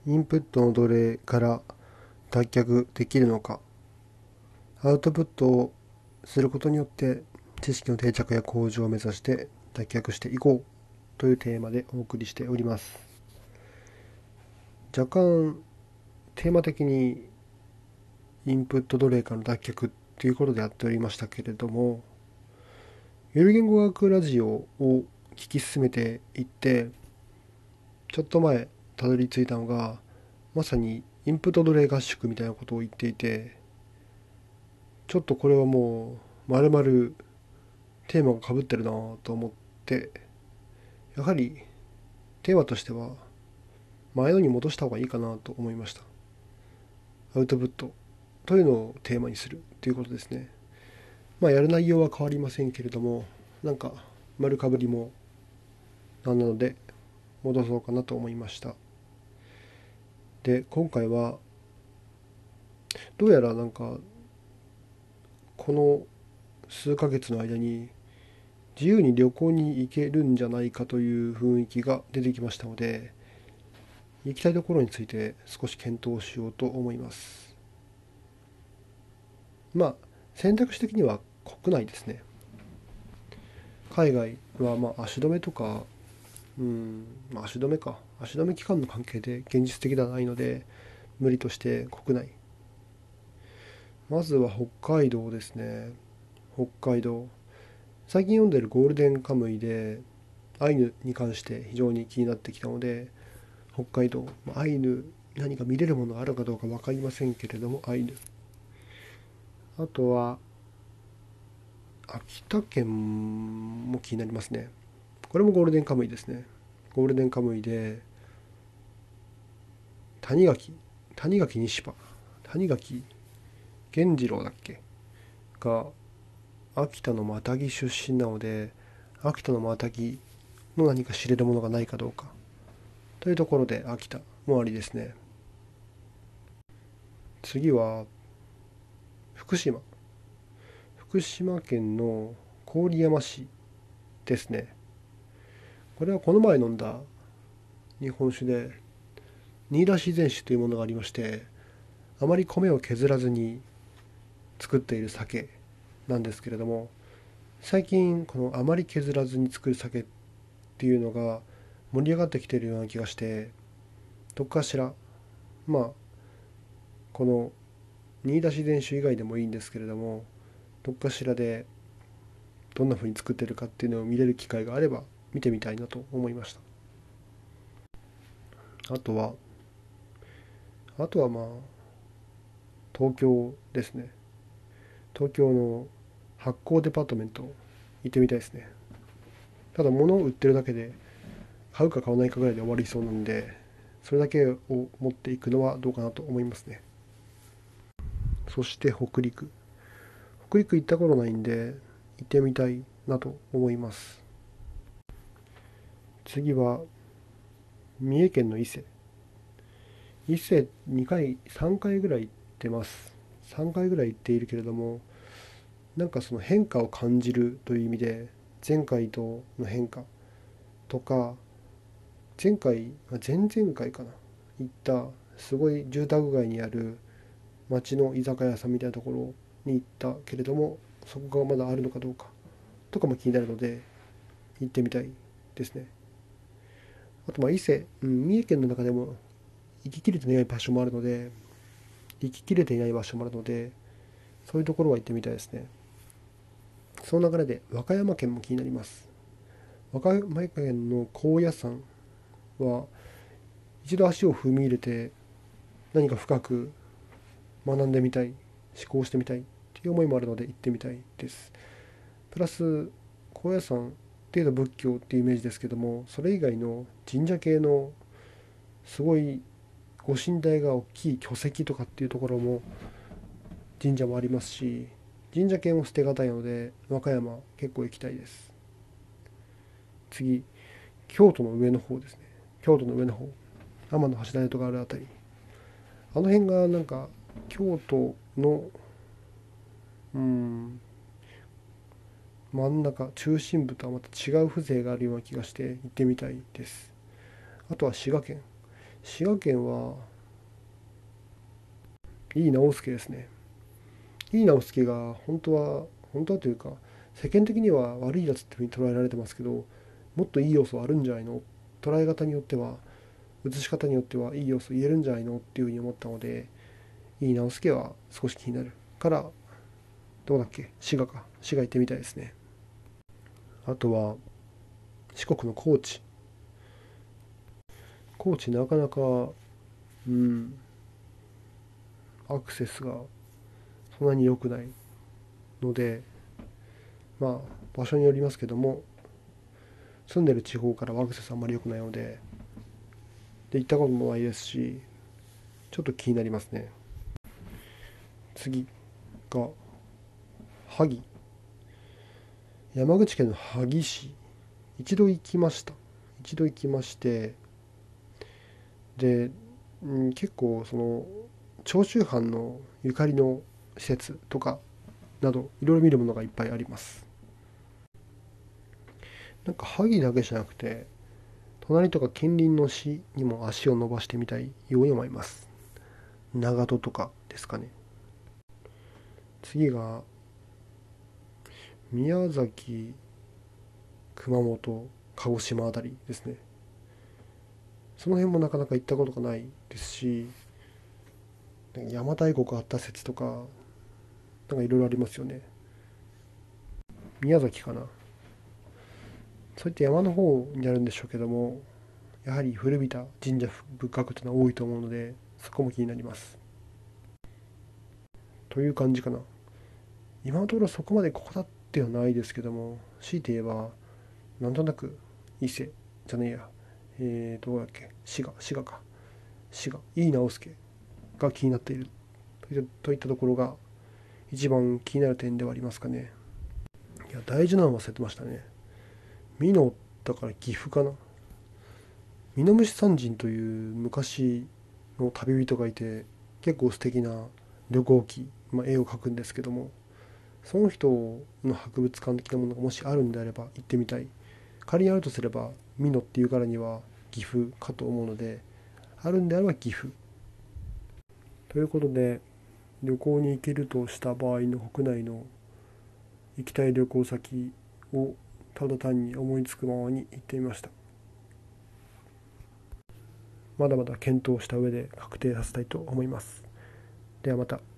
インプットの奴隷から脱却できるのか。アウトプットをすることによって知識の定着や向上を目指して脱却していこうというテーマでお送りしております。若干テーマ的にインプット奴隷からの脱却ということでやっておりましたけれども、ゆる言語学ラジオを聞き進めていって、ちょっと前たどり着いたのがまさにインプット奴隷合宿みたいなことを言っていて、ちょっとこれはもう丸々テーマがかぶってるなと思って、やはりテーマとしては前のに戻した方がいいかなと思いました。アウトプットというのをテーマにするということですね。やる内容は変わりませんけれども、なんか丸かぶりもなんなので戻そうかなと思いました。で、今回はどうやらこの数ヶ月の間に自由に旅行に行けるんじゃないかという雰囲気が出てきましたので、行きたいところについて少し検討しようと思います。選択肢的には国内ですね。海外は足止めとか、足止め期間の関係で現実的ではないので無理として国内。まずは北海道ですね。北海道、最近読んでるゴールデンカムイでアイヌに関して非常に気になってきたので、北海道、アイヌ、何か見れるものがあるかどうか分かりませんけれども、アイヌ。あとは秋田県も気になりますね。これもゴールデンカムイですね。ゴールデンカムイで谷垣西パ、谷垣源次郎だっけが秋田のマタギ出身なので、秋田のマタギの何か知れるものがないかどうかというところで秋田もありですね。次は福島県の郡山市ですね。これはこの前飲んだ日本酒で新田自然酒というものがありまして、あまり米を削らずに作っている酒なんですけれども、最近このあまり削らずに作る酒っていうのが盛り上がってきているような気がして、どっかしら、まあこの新田自然酒以外でもいいんですけれども、どっかしらでどんな風に作ってるかっていうのを見れる機会があれば見てみたいなと思いました。あとは東京ですね。東京の発酵デパートメント行ってみたいですね。ただ物を売ってるだけで買うか買わないかぐらいで終わりそうなんで、それだけを持っていくのはどうかなと思いますね。そして北陸行ったことないんで行ってみたいなと思います。次は三重県の伊勢2回3回ぐらい行ってます。3回ぐらい行っているけれども、その変化を感じるという意味で、前回との変化とか、前々回かな、行ったすごい住宅街にある町の居酒屋さんみたいなところに行ったけれども、そこがまだあるのかどうかとかも気になるので行ってみたいですね。あと三重県の中でも行ききれてない場所もあるので行ききれていない場所もあるので、そういうところは行ってみたいですね。その流れで和歌山県も気になります。和歌山県の高野山は一度足を踏み入れて何か深く学んでみたい、思考してみたいっていう思いもあるので行ってみたいです。プラス高野山っていうと仏教っていうイメージですけども、それ以外の神社系のすごいご神体が大きい巨石とかっていうところも神社もありますし、神社系も捨てがたいので和歌山結構行きたいです。次、京都の上の方ですね。京都の上の方、天橋立があるあたり、あの辺が京都のうん真ん中中心部とはまた違う風情があるような気がして行ってみたいです。あとは滋賀県は井伊直弼ですね。井伊直弼が本当はというか、世間的には悪いやつっていうふうに捉えられてますけど、もっといい要素あるんじゃないの、捉え方によっては、映し方によってはいい要素言えるんじゃないのっていうふうに思ったので、井伊直弼は少し気になるから、どうだっけ、滋賀行ってみたいですね。あとは四国の高知なかなか、アクセスがそんなに良くないので、まあ場所によりますけども、住んでる地方からはアクセスあんまり良くないので行ったこともないですし、ちょっと気になりますね。次が萩。山口県の萩市、一度行きました。一度行きまして、で、結構その長州藩のゆかりの施設とかなどいろいろ見るものがいっぱいあります。なんか萩だけじゃなくて、隣とか近隣の市にも足を伸ばしてみたいように思います。長門とかですかね。次が宮崎、熊本、鹿児島あたりですね。その辺もなかなか行ったことがないですし、邪馬台国あった説とか、なんかいろいろありますよね。宮崎かな。そういった山の方にあるんでしょうけども、やはり古びた神社仏閣というのは多いと思うので、そこも気になります。という感じかな。今のところそこまでここだってはないですけども、強いて言えば、なんとなく伊勢じゃねえや、どうだっけ、滋賀か。滋賀、井伊直弼が気になっているといったところが一番気になる点ではありますかね。いや、大事なの忘れてましたね。美濃だから岐阜かな。美濃虫三人という昔の旅人がいて、結構素敵な旅行記、絵を描くんですけども、その人の博物館的なものがもしあるんであれば行ってみたい。仮にあるとすれば美濃っていうからには岐阜かと思うので、あるんであれば岐阜ということで、旅行に行けるとした場合の国内の行きたい旅行先をただ単に思いつくままに行ってみました。まだまだ検討した上で確定させたいと思います。ではまた。